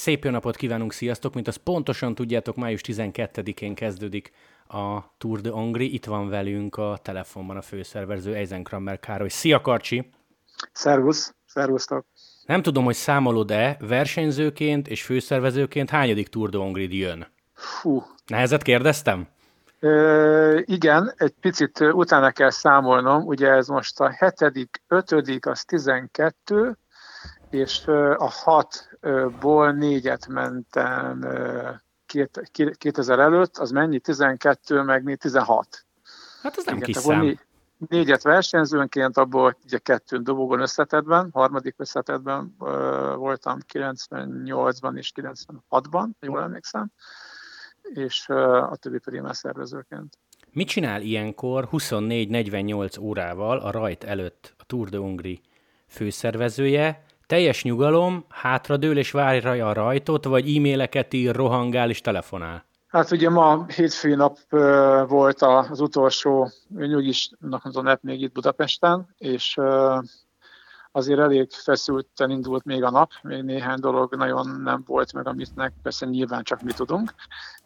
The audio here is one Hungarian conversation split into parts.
Szép jó napot kívánunk, sziasztok! Mint azt pontosan tudjátok, május 12-én kezdődik a Tour de Hongrie. Itt van velünk a telefonban a főszervező, Eisenkrammer Károly. Szia, Karcsi! Szervusz, szervusztok! Nem tudom, hogy számolod-e, versenyzőként és főszervezőként hányadik Tour de Hongrie jön? Fú. Nehezet kérdeztem? Igen, egy picit utána kell számolnom, ugye ez most a 7., 5., az 12, és a 6-ból 4-et mentem 2000 előtt, az mennyi? 12, meg 16. Hát ez nem Igen, kis szám. 4-et versenyzőnként, abból ugye 2 dobogon összetettben, harmadik összetettben voltam 98-ban és 96-ban, jól emlékszem, és a többi pedig már szervezőként. Mit csinál ilyenkor 24-48 órával a rajt előtt a Tour de Hongrie főszervezője? Teljes nyugalom, hátradől és várja a rajtot, vagy e-maileket ír, rohangál és telefonál? Hát ugye ma hétfői nap volt az utolsó nyugisnak az a nap még itt Budapesten, és azért elég feszülten indult még a nap, még néhány dolog nagyon nem volt meg, amitnek persze nyilván csak mi tudunk,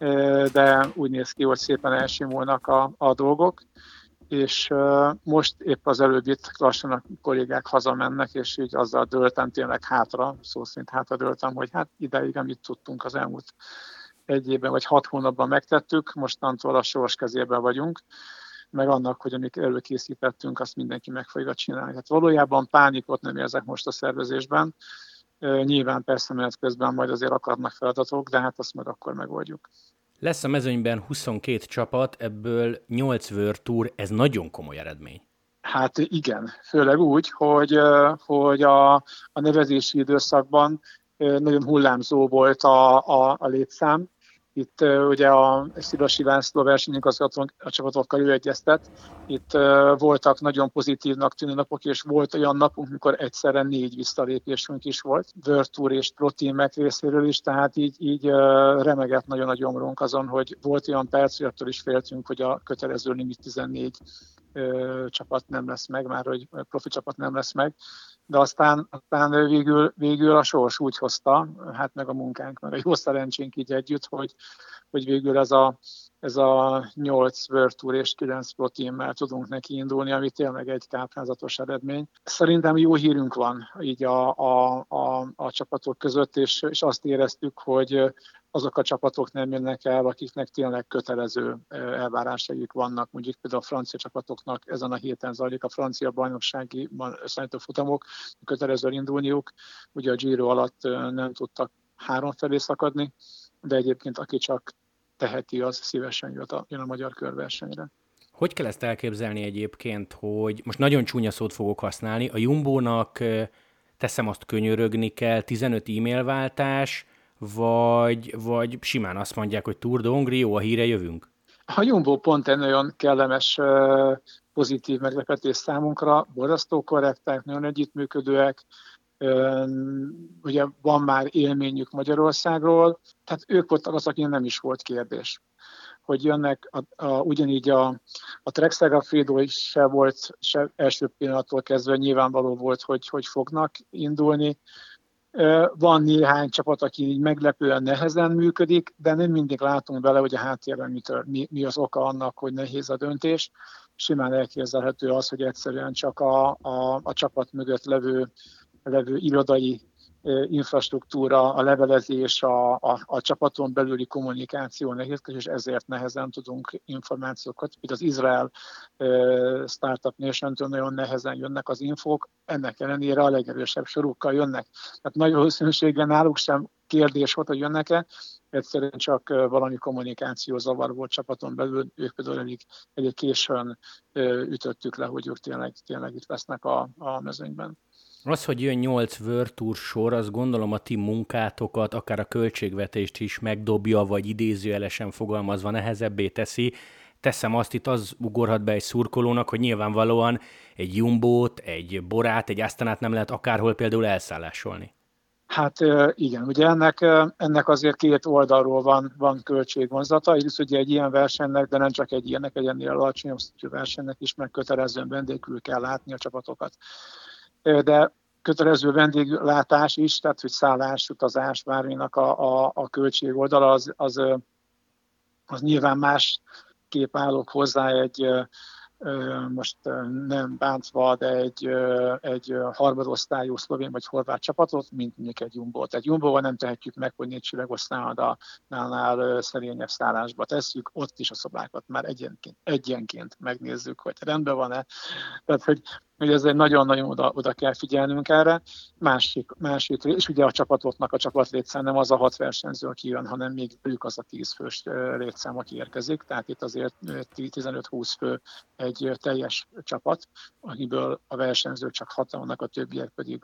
de úgy néz ki, hogy szépen elsimulnak a dolgok, és most épp az előbb itt lassan a kollégák hazamennek, és így azzal dőltem tényleg hátra, szó szerint hátradőltem, hogy hát ideig, amit tudtunk az elmúlt 1 évben vagy 6 hónapban megtettük, mostantól a sors kezében vagyunk, meg annak, hogy amit előkészítettünk, azt mindenki meg fogja csinálni. Hát valójában pánikot nem érzek most a szervezésben. Nyilván persze menet közben majd azért akadnak feladatok, de hát azt meg akkor megoldjuk. Lesz a mezőnyben 22 csapat, ebből 8 World Tour, ez nagyon komoly eredmény. Hát igen, főleg úgy, hogy a nevezési időszakban nagyon hullámzó volt a létszám. Itt ugye a Szilasi László versenyigazgató a csapatokkal ő egyeztet. Itt voltak nagyon pozitívnak tűnő napok, és volt olyan napunk, mikor egyszerre 4 visszalépésünk is volt. World Tour és Pro Teamek részéről is, tehát így remegett nagyon a gyomrunk azon, hogy volt olyan perc, hogy attól is féltünk, hogy a kötelező limit 14 csapat nem lesz meg, már hogy profi csapat nem lesz meg, de aztán végül a sors úgy hozta, hát meg a munkánk, meg a jó szerencsénk így együtt, hogy végül ez a 8 World Tour és 9 Pro Teammel tudunk neki indulni, ami tényleg egy káprázatos eredmény. Szerintem jó hírünk van így a csapatok között, és azt éreztük, hogy azok a csapatok nem jönnek el, akiknek tényleg kötelező elvárásaik vannak. Mondjuk például a francia csapatoknak ezen a héten zajlik a francia bajnoksági összeállító futamok, kötelező indulniuk. Ugye a Giro alatt nem tudtak 3 felé szakadni, de egyébként aki csak teheti, az szívesen jön a magyar körversenyre. Hogy kell ezt elképzelni egyébként, hogy most nagyon csúnya szót fogok használni, a Jumbónak teszem azt könyörögni kell, 15 e-mailváltás, vagy simán azt mondják, hogy Tour de Hongrie, jó a híre, jövünk? A Jumbo pont egy nagyon kellemes, pozitív meglepetés számunkra, borzasztó korrektek, nagyon együttműködőek, ugye van már élményük Magyarországról, tehát ők voltak az, akinek nem is volt kérdés. Hogy jönnek, ugyanígy a Trek Segafredo is se volt, se első pillanattól kezdve nyilvánvaló volt, hogy fognak indulni. Van néhány csapat, aki így meglepően nehezen működik, de nem mindig látunk bele, hogy a háttérben mi az oka annak, hogy nehéz a döntés. Simán elképzelhető az, hogy egyszerűen csak a csapat mögött levő irodai infrastruktúra, a levelezés, a csapaton belüli kommunikáció nehézkes, és ezért nehezen tudunk információkat. Itt az Izrael Startup Nation-től nagyon nehezen jönnek az infók, ennek ellenére a legerősebb sorukkal jönnek. Tehát nagy valószínűséggel náluk sem kérdés volt, hogy jönnek-e, egyszerűen csak valami kommunikáció zavar volt csapaton belül, ők például elég későn ütöttük le, hogy ők tényleg itt lesznek a mezőnyben. Az, hogy jön 8 World Tour sor, azt gondolom a ti munkátokat, akár a költségvetést is megdobja, vagy idézőjelesen fogalmazva nehezebbé teszi. Teszem azt, itt az ugorhat be egy szurkolónak, hogy nyilvánvalóan egy Jumbót, egy Borát, egy Astanát nem lehet akárhol például elszállásolni. Hát igen, ugye ennek azért 2 oldalról van költségvonzata. Egyrészt ugye egy ilyen versenynek, de nem csak egy ilyennek, egy ennél alacsonyabb szintű versenynek is megkötelezően vendégül kell látni a csapatokat. De kötelező vendéglátás is, tehát hogy szállás, utazás, bárminak a költség oldala, az nyilván más kép állok hozzá most nem bántva, de egy harmadosztályú szlovén vagy horvát csapatot, mint mondjuk egy Jumbo. Tehát Jumbo-val nem tehetjük meg, hogy 4 csillagos szállodánál szerényebb szállásba tesszük, ott is a szobákat már egyenként megnézzük, hogy rendben van-e. Tehát, hogy ez egy nagyon-nagyon oda kell figyelnünk erre. Másik, és ugye a csapatoknak a csapatlétszám nem az a 6 versenyző, aki jön, hanem még ők az a 10 fős létszám, aki érkezik. Tehát itt azért 15-20 fő egy teljes csapat, akiből a versenyzők csak 6 vannak, a többiek pedig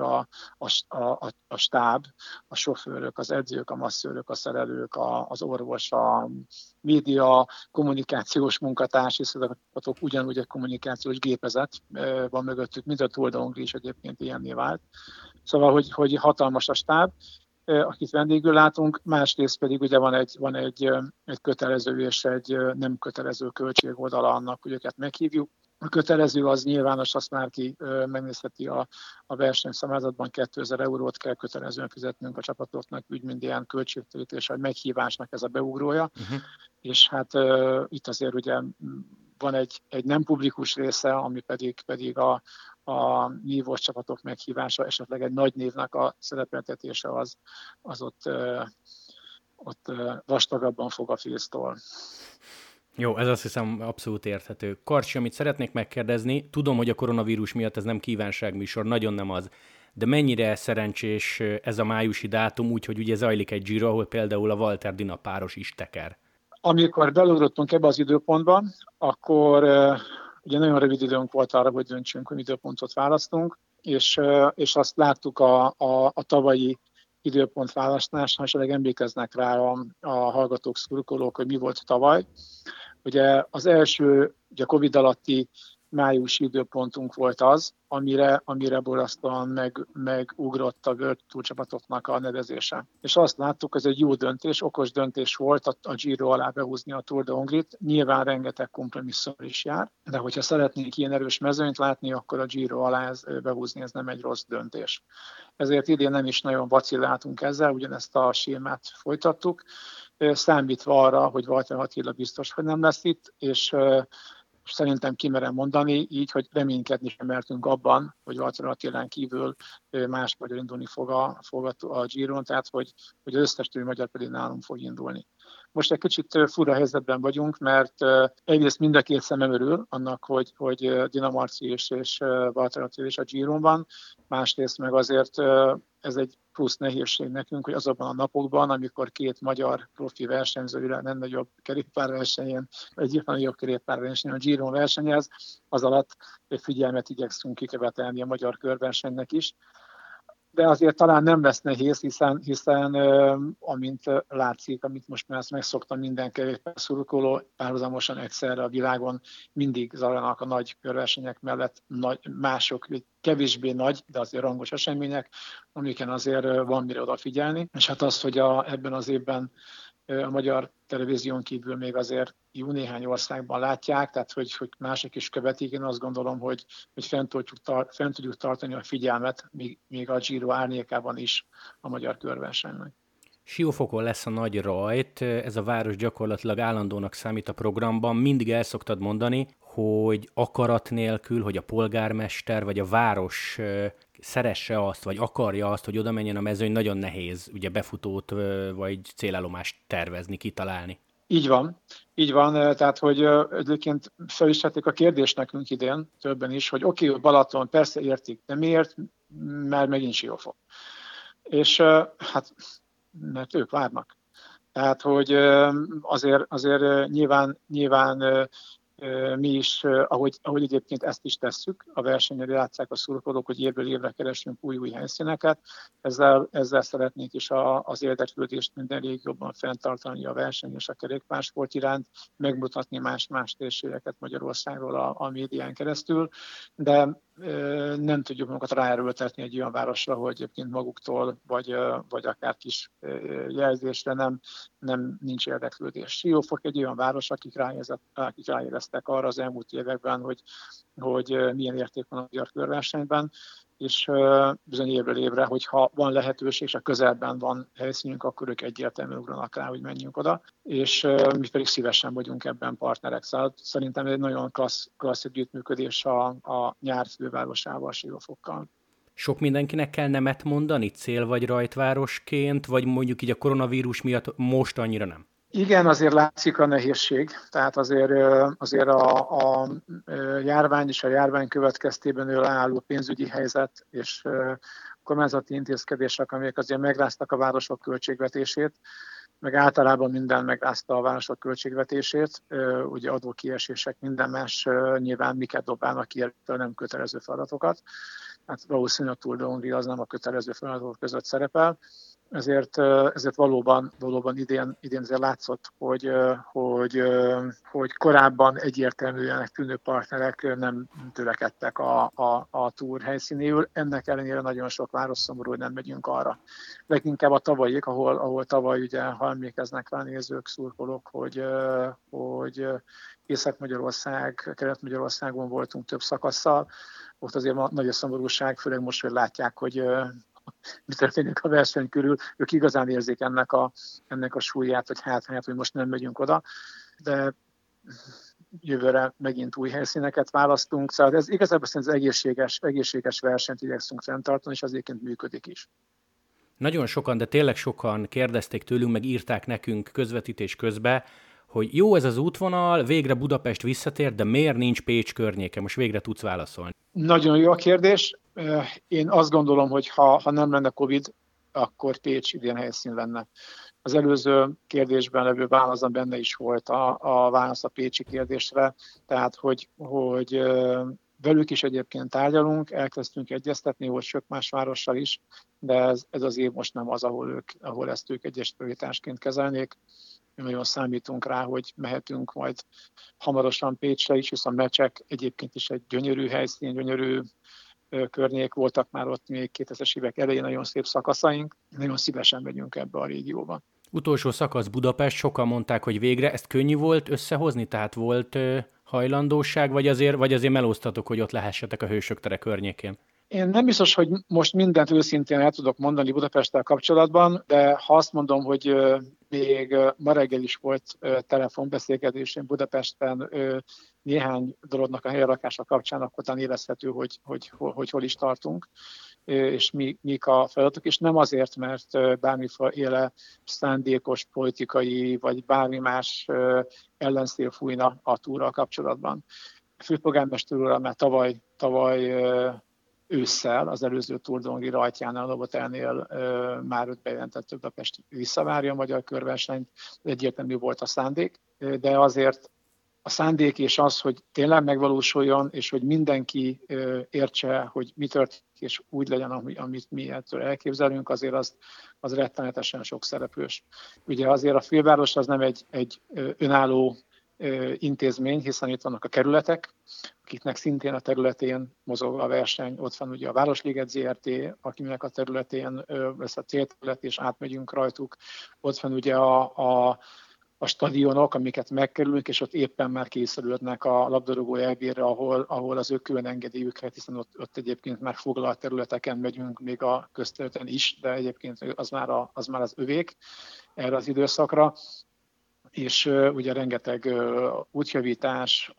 a stáb, a sofőrök, az edzők, a masszőrök, a szerelők, az orvos, a média, kommunikációs munkatárs, és ezek a csapatok ugyanúgy egy kommunikációs gépezet van mögöttük, mint a Tour de Hongrie is egyébként ilyenné vált. Szóval, hogy hatalmas a stáb, akit vendégül látunk, másrészt pedig ugye van egy kötelező és egy nem kötelező költségoldala annak, hogy őket meghívjuk. A kötelező az nyilvános, azt már ki megnézheti a versenyszamázatban, 2000 eurót kell kötelezően fizetnünk a csapatoknak, úgy mind ilyen költségtérítés, vagy meghívásnak ez a beugrója. És hát itt azért ugye van egy nem publikus része, ami pedig a nívós csapatok meghívása, esetleg egy nagy névnek a szerepeltetése az ott vastagabban fog a fésztól. Jó, ez azt hiszem abszolút érthető. Karcsi, amit szeretnék megkérdezni, tudom, hogy a koronavírus miatt ez nem kívánságműsor, nagyon nem az, de mennyire szerencsés ez a májusi dátum, úgyhogy ugye zajlik egy Giro, ahol például a Walter Dina páros is teker. Amikor beugrottunk ebbe az időpontba, akkor ugye nagyon rövid időnk volt arra, hogy döntsünk, hogy időpontot választunk, és azt láttuk a tavalyi időpontválasztásnál, és emlékeznek rá a hallgatók, szurkolók, hogy mi volt tavaly. Ugye az első, ugye Covid alatti májusi időpontunk volt az, amire borzasztóan megugrott a World Tour csapatoknak a nevezése. És azt láttuk, ez egy jó döntés, okos döntés volt a Giro alá behúzni a Tour de Hongrie-t. Nyilván rengeteg kompromisszum is jár, de hogyha szeretnénk ilyen erős mezőnyt látni, akkor a Giro alá behúzni ez nem egy rossz döntés. Ezért idén nem is nagyon vacilláltunk ezzel, ugyanezt a sémát folytattuk, számítva arra, hogy Walter Attila biztos, hogy nem lesz itt, és szerintem kimerem mondani, így, hogy reménykedni sem mertünk abban, hogy Walter Attilán kívül más magyar indulni fog a Giron, tehát hogy az összes többi magyar pedig nálunk fog indulni. Most egy kicsit fura helyzetben vagyunk, mert egyrészt mind a két szemem örül annak, hogy Dina Marci és Walter Attila is a Giron van, másrészt meg azért ez egy plusz nehézség nekünk, hogy azokban a napokban, amikor két magyar profi versenyző világ nem nagyobb kerékpárversenyen, egyik nagyobb kerékpárversenyen, a Giron versenyez, az alatt figyelmet igyekszünk kikevetelni a magyar körversenynek is. De azért talán nem lesz nehéz, hiszen amint látszik, amit most már megszoktam minden kerékpárszurkoló, párhuzamosan egyszerre a világon mindig zajlanak a nagy körversenyek mellett mások, kevésbé nagy, de azért rangos események, amiken azért van mire odafigyelni. És hát az, hogy ebben az évben a magyar televízión kívül még azért jó néhány országban látják, tehát hogy mások is követik. Én azt gondolom, hogy fent tudjuk tartani a figyelmet, még a Giro árnyékában is a magyar körversenynek. Siófokon lesz a nagy rajt, ez a város gyakorlatilag állandónak számít a programban. Mindig el szoktad mondani, hogy akarat nélkül, hogy a polgármester vagy a város szeresse azt, vagy akarja azt, hogy oda menjen a mezőny, nagyon nehéz ugye befutót vagy célállomást tervezni, kitalálni. Így van, tehát hogy egyébként fel is tették a kérdést nekünk idén, többen is, hogy oké, Balaton, persze értik, de miért? Mert megint Siófok. És hát, mert ők várnak. Tehát, hogy azért nyilván mi is, ahogy egyébként ezt is tesszük, a versenyen játsszák a szurkolók, hogy évről évre keresünk új helyszíneket. Ezzel szeretnénk is az érdeklődést minden régióban fenntartani a verseny és a kerékpársport iránt, megmutatni más térségeket Magyarországról a médián keresztül, de nem tudjuk magunkat ráerőltetni egy olyan városra, hogy egyébként maguktól, vagy akár kis jelzésre nincs érdeklődés. Siófok egy olyan város, akik ráéreztek arra az elmúlt években, hogy milyen érték van a magyar körversenyben, és bizony évről évre, hogyha van lehetőség, és a közelben van helyszínünk, akkor ők egyértelműen ugranak rá, hogy menjünk oda, és mi pedig szívesen vagyunk ebben partnerek. Szóval szerintem egy nagyon klassz együttműködés a nyár fővárosával, Siófokkal. Sok mindenkinek kell nemet mondani cél- vagy rajtvárosként, vagy mondjuk így a koronavírus miatt most annyira nem? Igen, azért látszik a nehézség, tehát azért a járvány és a járvány következtében álló pénzügyi helyzet és kormányzati intézkedések, amelyek azért megráztak a városok költségvetését, meg általában minden megrázta a városok költségvetését, ugye adókiesések, minden más nyilván miket dobálnak ki a nem kötelező feladatokat. Hát valószínűleg a Tour de Hongrie az nem a kötelező feladatok között szerepel. Ezért valóban idén azért látszott, hogy korábban egyértelműen tűnő partnerek nem törekedtek a túr helyszínéül. Ennek ellenére nagyon sok város szomorú, hogy nem megyünk arra. Leginkább a tavalyiek, ahol tavaly ugye, ha emlékeznek rá nézők, szurkolók, hogy Észak-Magyarország, Kelet-Magyarországon voltunk több szakasszal, ott azért nagy a szomorúság, főleg most, hogy látják, hogy mi történik a verseny körül, ők igazán érzik ennek a súlyát, hogy most nem megyünk oda, de jövőre megint új helyszíneket választunk, szóval ez igazából az egészséges versenyt igyekszünk fenntartani, és az egyébként működik is. Nagyon sokan, de tényleg sokan kérdezték tőlünk, meg írták nekünk közvetítés közben, hogy jó ez az útvonal, végre Budapest visszatér, de miért nincs Pécs környéke? Most végre tudsz válaszolni. Nagyon jó a kérdés. Én azt gondolom, hogy ha nem lenne Covid, akkor Pécs idén helyszín lenne. Az előző kérdésben levő válaszban benne is volt a válasz a pécsi kérdésre, tehát hogy velük is egyébként tárgyalunk, elkezdtünk egyeztetni, volt sok más várossal is, de ez az év most nem az, ahol ezt ők egyes prioritásként kezelnék. Mi nagyon számítunk rá, hogy mehetünk majd hamarosan Pécsre is, hiszen Mecsek egyébként is egy gyönyörű helyszín, gyönyörű környék voltak már ott még 2000-es évek elején nagyon szép szakaszaink. Nagyon szívesen megyünk ebbe a régióba. Utolsó szakasz Budapest, sokan mondták, hogy végre. Ezt könnyű volt összehozni? Tehát volt hajlandóság, vagy azért melóztatok, hogy ott lehessetek a Hősök tere környékén? Én nem biztos, hogy most mindent őszintén el tudok mondani Budapesttel kapcsolatban, de ha azt mondom, hogy még ma reggel is volt telefonbeszélgetésünk Budapesten néhány dolognak a helyrakása kapcsán, akkor talán érezhető, hogy hol is tartunk, és mik a feladatok, és nem azért, mert bármiféle szándékos politikai, vagy bármi más ellenszél fújna a túrral kapcsolatban. A főpolgármester úrral már tavaly ősszel, az előző Tour de Hongrie rajtjánál, a Novotelnél már őt bejelentett, Budapest visszavárja a magyar körversenyt, egyértelmű volt a szándék, de azért a szándék és az, hogy tényleg megvalósuljon, és hogy mindenki értse, hogy mi történik, és úgy legyen, amit mi ettől elképzelünk, azért az rettenetesen sok szereplős. Ugye azért a főváros az nem egy önálló intézmény, hiszen itt vannak a kerületek, akiknek szintén a területén mozog a verseny. Ott van ugye a Városliget ZRT, akinek a területén lesz a célterület, és átmegyünk rajtuk. Ott van ugye a stadionok, amiket megkerülünk, és ott éppen már készülődnek a labdarúgó elvére, ahol az ő külön engedélyüket, hiszen ott egyébként már foglalt területeken megyünk, még a közterületen is, de egyébként az már az övék erre az időszakra. És ugye rengeteg útjavítás,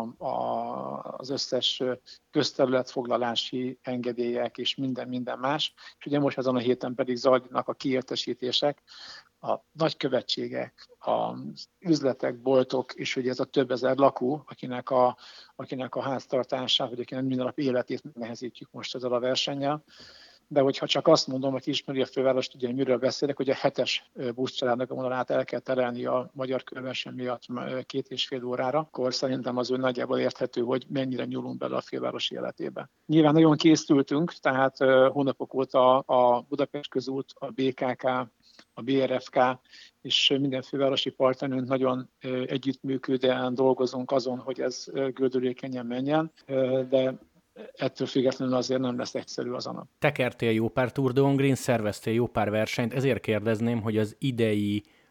az összes közterületfoglalási engedélyek és minden más. És ugye most azon a héten pedig zajlanak a kiértesítések, a nagykövetségek, az üzletek, boltok, és ugye ez a több ezer lakó, akinek a háztartását, vagy akinek minden nap életét megnehezítjük most ezzel a versennyel. De hogyha csak azt mondom, hogy ismeri a fővárost, ugye miről beszélek, hogy a 7-es buszcsaládnak a vonalát el kell terelni a magyar körverseny miatt 2,5 órára, akkor szerintem az ő nagyjából érthető, hogy mennyire nyúlunk bele a fővárosi életébe. Nyilván nagyon készültünk, tehát hónapok óta a Budapest Közút, a BKK, a BRFK és minden fővárosi partnerünk nagyon együttműködően dolgozunk azon, hogy ez gördülékenyen menjen, de ettől függetlenül azért nem lesz egyszerű az a nap. Tekertél jó pár Tour de Hongrie-n, szerveztél jó pár versenyt, ezért kérdezném, hogy az idei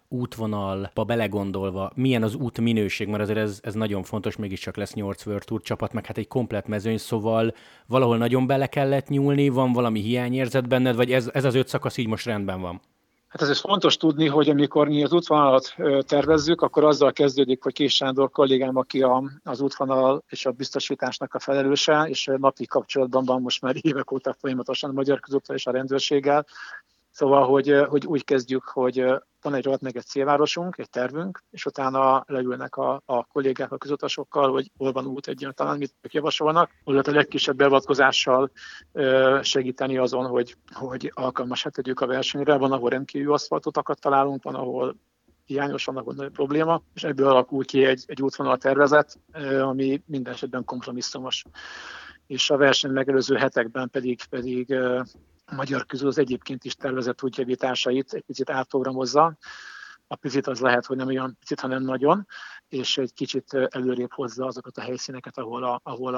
útvonalba belegondolva, milyen az útminőség, mert azért ez nagyon fontos, mégiscsak lesz 8 World Tour csapat, meg hát egy komplett mezőny, szóval valahol nagyon bele kellett nyúlni, van valami hiányérzet benned, vagy ez az 5 szakasz így most rendben van? Hát ez fontos tudni, hogy amikor mi az útvonalat tervezzük, akkor azzal kezdődik, hogy Kés Sándor kollégám, aki az útvonal és a biztosításnak a felelőse, és napi kapcsolatban van most már évek óta folyamatosan a Magyar Közúttal és a rendőrséggel. Szóval, hogy úgy kezdjük, hogy van egy rohadt meg egy célvárosunk, egy tervünk, és utána leülnek a kollégák a közutasokkal, hogy hol van út egyáltalán, mit ők javasolnak, hol lehet a legkisebb beavatkozással segíteni azon, hogy alkalmasát tegyük a versenyre. Van, ahol rendkívül aszfaltotakat találunk, van, ahol hiányos, van, ahol nagy probléma, és ebből alakul ki egy útvonal tervezet, ami minden esetben kompromisszumos. És a verseny megelőző hetekben pedig a Magyar Közút az egyébként is tervezett útjavításait egy picit átprogramozza. A picit az lehet, hogy nem olyan picit, hanem nagyon, és egy kicsit előrébb hozza azokat a helyszíneket, ahol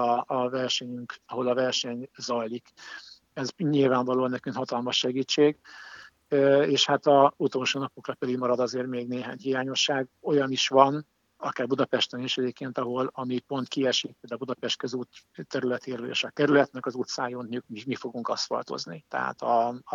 a verseny zajlik. Ez nyilvánvalóan nekünk hatalmas segítség, és hát az utolsó napokra pedig marad azért még néhány hiányosság. Olyan is van, akár Budapesten is egyébként, ami pont kiesik, de a Budapest közút területéről és a kerületnek az utcájon mi fogunk aszfaltozni. Tehát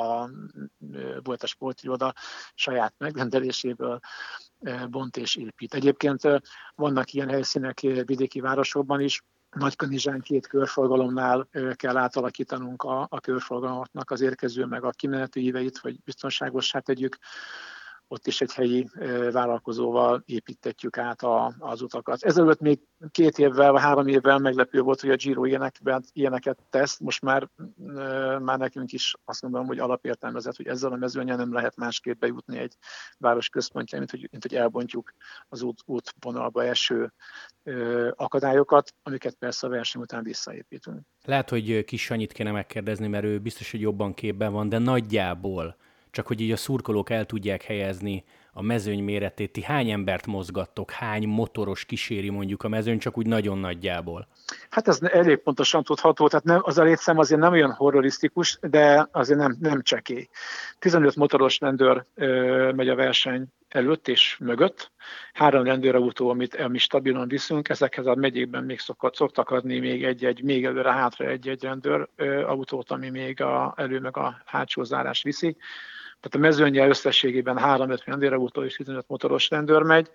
volt a sportiroda saját megrendeléséből bont és épít. Egyébként vannak ilyen helyszínek vidéki városokban is, Nagykanizsán 2 körforgalomnál kell átalakítanunk a körforgalomnak az érkező meg a kimenetű íveit, hogy biztonságossá tegyük. Ott is egy helyi vállalkozóval építetjük át az utakat. Ezelőtt még 2 évvel vagy 3 évvel meglepő volt, hogy a Giro ilyeneket tesz. Most már nekünk is azt mondom, hogy alapértelmezett, hogy ezzel a mezőnyen nem lehet másképp bejutni egy város központjára, mint hogy elbontjuk az útvonalba eső akadályokat, amiket persze a verseny után visszaépítünk. Lehet, hogy Kis Sanyit kéne megkérdezni, mert ő biztos, hogy jobban képben van, de nagyjából, csak hogy így a szurkolók el tudják helyezni a mezőny méretét, ti hány embert mozgattok, hány motoros kíséri mondjuk a mezőny, csak úgy nagyon nagyjából? Hát ez elég pontosan tudható, tehát az a létszám azért nem olyan horrorisztikus, de azért nem csekély. 15 motoros rendőr megy a verseny előtt és mögött, 3 rendőrautó, ami stabilan viszünk, ezekhez a megyékben még szoktak adni még előre-hátra egy rendőrautót, ami még elő meg a hátsó zárás viszi. Tehát a mezőnnyel összességében 3-5 rendőrautó és 15 motoros rendőr megy.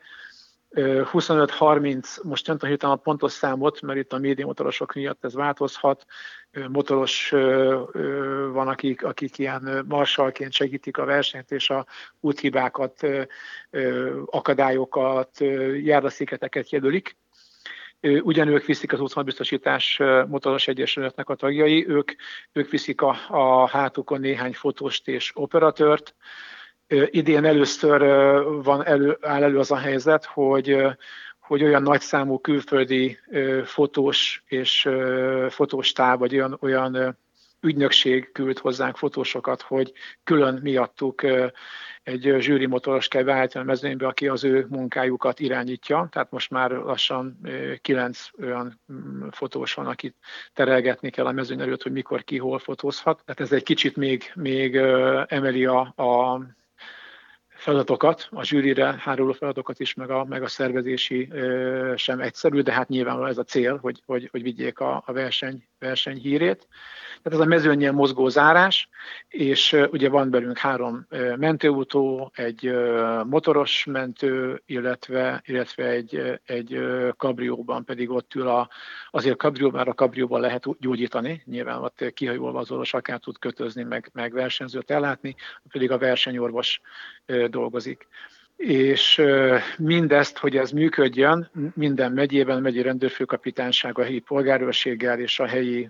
25-30, most nem tudom hirtelen a pontos számot, mert itt a média motorosok miatt ez változhat. Motoros van, akik ilyen marsalként segítik a versenyt, és a úthibákat, akadályokat, járdasziketeket jelölik. Ugyanők viszik az útvonalbiztosítás motoros egyesületnek a tagjai, ők viszik a hátukon néhány fotóst és operatőrt. Idén először áll elő az a helyzet, hogy olyan nagyszámú külföldi fotós és fotóstáb, vagy olyan ügynökség küld hozzánk fotósokat, hogy külön miattuk egy zsűrimotoros kell beállítani a mezőnybe, aki az ő munkájukat irányítja. Tehát most már lassan 9 olyan fotós van, akit terelgetni kell a mezőny előtt, hogy mikor ki hol fotózhat. Tehát ez egy kicsit még emeli a feladatokat, a zsűrire háruló feladatokat is, meg a szervezési sem egyszerű, de hát nyilvánvalóan ez a cél, hogy vigyék a verseny hírét. Tehát ez a mezőnnyel mozgó zárás, és ugye van belünk 3 mentőautó, egy motoros mentő, illetve egy kabrióban pedig ott ül azért kabrióban, a kabrióban lehet gyógyítani, nyilván ott kihajolva az orvos akár tud kötözni, meg versenyzőt ellátni, pedig a versenyorvos dolgozik. És mindezt, hogy ez működjön, minden megyében, a megyi rendőrfőkapitányság, a helyi polgárőrséggel és a helyi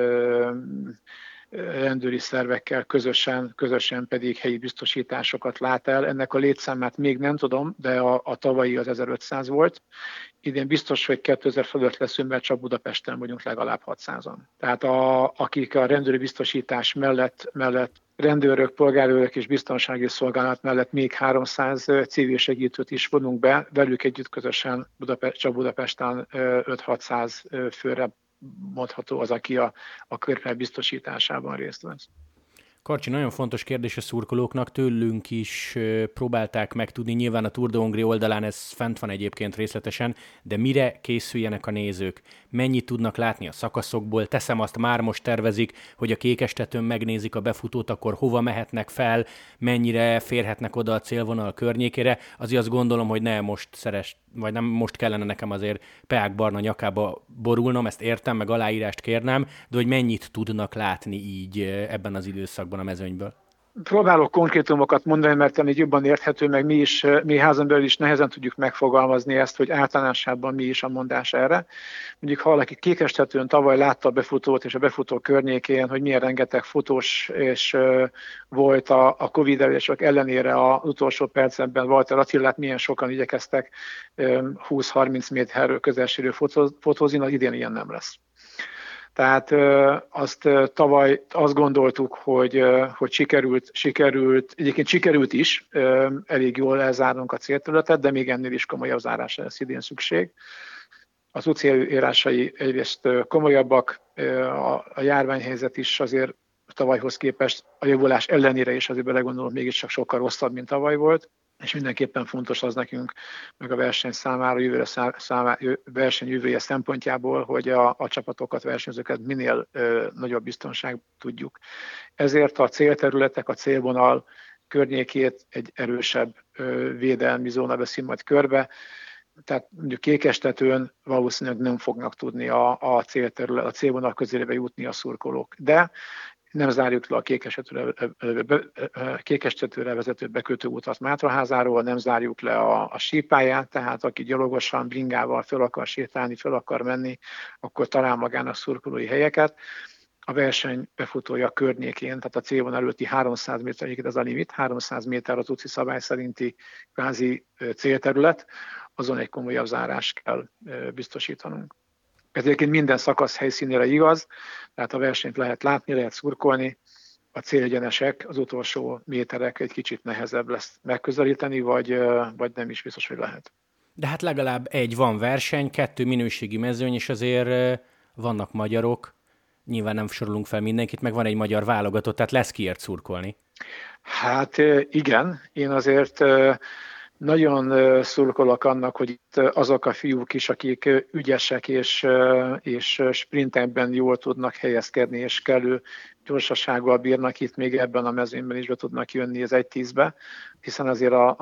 rendőri szervekkel közösen pedig helyi biztosításokat lát el. Ennek a létszámát még nem tudom, de a tavalyi az 1500 volt. Idén biztos, hogy 2000 fölött leszünk, mert csak Budapesten vagyunk legalább 600-an. Tehát akik a rendőri biztosítás mellett rendőrök, polgárőrök és biztonsági szolgálat mellett még 300 civil segítőt is vonunk be, velük együtt közösen csak Budapesten 5-600 főre mondható az, aki a körpár biztosításában részt vesz. Karcsi, nagyon fontos kérdés a szurkolóknak, tőlünk is próbálták megtudni, nyilván a Tour de Hongrie oldalán ez fent van egyébként részletesen, de mire készüljenek a nézők? Mennyit tudnak látni a szakaszokból? Teszem azt, már most tervezik, hogy a Kékestetőn megnézik a befutót, akkor hova mehetnek fel, mennyire férhetnek oda a célvonal környékére? Azért azt gondolom, hogy vagy nem most kellene nekem azért Peák Barna nyakába borulnom, ezt értem, meg aláírást kérnem, de hogy mennyit tudnak látni így ebben az időszakban a mezőnyből? Próbálok konkrétumokat mondani, mert ennél jobban érthető, meg mi házon belül is nehezen tudjuk megfogalmazni ezt, hogy általánosságban mi is a mondás erre. Mondjuk, ha valaki Kékestetőn tavaly látta a befutót és a befutó környékén, hogy milyen rengeteg fotós és volt a Covid-elések ellenére az utolsó percekben Walter Attilát milyen sokan igyekeztek 20-30 méterről közelségről fotózni, idén ilyen nem lesz. Tehát tavaly azt gondoltuk, hogy sikerült, egyébként sikerült is elég jól elzárnunk a célterületet, de még ennél is komolyabb zárásra lesz idén szükség. Az UCI előírásai egyrészt komolyabbak, a járványhelyzet is azért tavalyhoz képest a javulás ellenére is azért belegondolom mégiscsak sokkal rosszabb, mint tavaly volt. És mindenképpen fontos az nekünk, meg a verseny számára, verseny jövője szempontjából, hogy a csapatokat, versenyzőket minél nagyobb biztonság tudjuk. Ezért a célterületek, a célvonal környékét egy erősebb védelmi zóna veszi majd körbe, tehát mondjuk Kékestetőn valószínűleg nem fognak tudni a célvonal közelébe jutni a szurkolók. De nem zárjuk le a Kékestetőre vezető bekötőutat Mátraházáról, nem zárjuk le a sípáját, tehát aki gyalogosan, bringával fel akar sétálni, fel akar menni, akkor talál magának szurkolói helyeket. A verseny befutója környékén, tehát a célvonal előtti 300 méter, ez a limit, 300 méter az UCI szabály szerinti kvázi célterület, azon egy komolyabb zárást kell biztosítanunk. Ez egyébként minden szakasz helyszínére igaz, tehát a versenyt lehet látni, lehet szurkolni, a célegyenesek, az utolsó méterek egy kicsit nehezebb lesz megközelíteni, vagy nem is biztos, hogy lehet. De hát legalább van verseny, 2 minőségi mezőny, és azért vannak magyarok, nyilván nem sorolunk fel mindenkit, meg van egy magyar válogatott, tehát lesz kiért szurkolni. Hát igen, én azért nagyon szurkolok annak, hogy itt azok a fiúk is, akik ügyesek és sprintekben jól tudnak helyezkedni, és kellő gyorsasággal bírnak itt még ebben a mezőnyben is be tudnak jönni az 1-10-be, hiszen azért a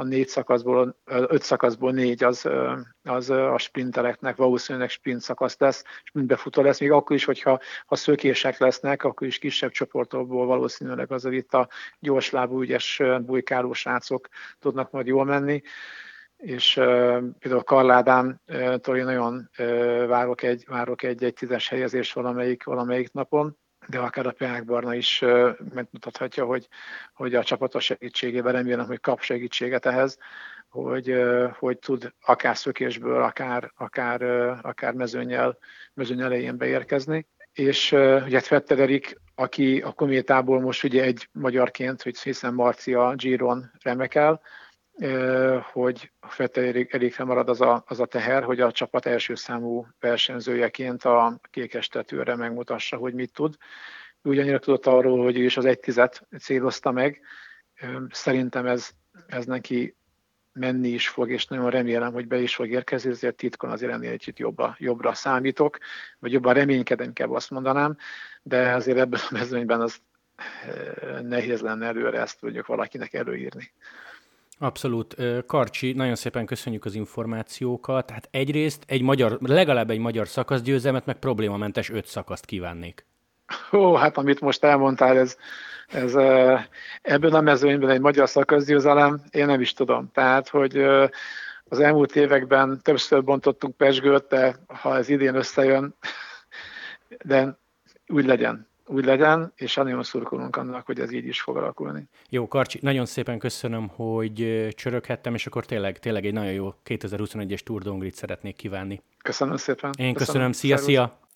5 szakaszból 4 az a sprintereknek valószínűleg sprint szakasz lesz, sprintbefutó lesz, még akkor is, hogyha szökések lesznek, akkor is kisebb csoportokból valószínűleg azért itt a gyorslábú, ügyes, bujkáló srácok tudnak majd jól menni. És például Karl Ádámtól én nagyon várok egy 10-es helyezést valamelyik napon, de akár a Peák Barna is megmutathatja, hogy a csapatos segítségével remélem, hogy kap segítséget ehhez, hogy tud akár szökésből, akár mezőny elején beérkezni. És ugye Vetter Erik, aki a Kométából most ugye egy magyarként, hogy hiszen Marcia Giron remekel, hogy Vetter Erikre marad az a teher, hogy a csapat első számú versenyzőjeként a Kékestetőre megmutassa, hogy mit tud. Ugyannyira tudott arról, hogy ő is az 1-10-et célozta meg. Szerintem ez neki menni is fog, és nagyon remélem, hogy be is fog érkezni, ezért titkon azért ennél egy kicsit jobbra számítok, vagy jobban reménykedem, inkább azt mondanám, de azért ebben a mezőnyben az nehéz lenne előre ezt tudjuk valakinek előírni. Abszolút. Karcsi, nagyon szépen köszönjük az információkat. Hát egyrészt legalább egy magyar szakaszgyőzelmet, meg problémamentes 5 szakaszt kívánnék. Hát amit most elmondtál, ez ebben a mezőnyben egy magyar szakaszgyőzelem, én nem is tudom. Tehát, hogy az elmúlt években többször bontottunk pezsgőt, de ha ez idén összejön, de úgy legyen, és nagyon szurkolunk annak, hogy ez így is fog alakulni. Jó, Karcsi, nagyon szépen köszönöm, hogy csöröghettem, és akkor tényleg egy nagyon jó 2021-es Tour de Hongrie-t szeretnék kívánni. Köszönöm szépen. Én köszönöm. Szia!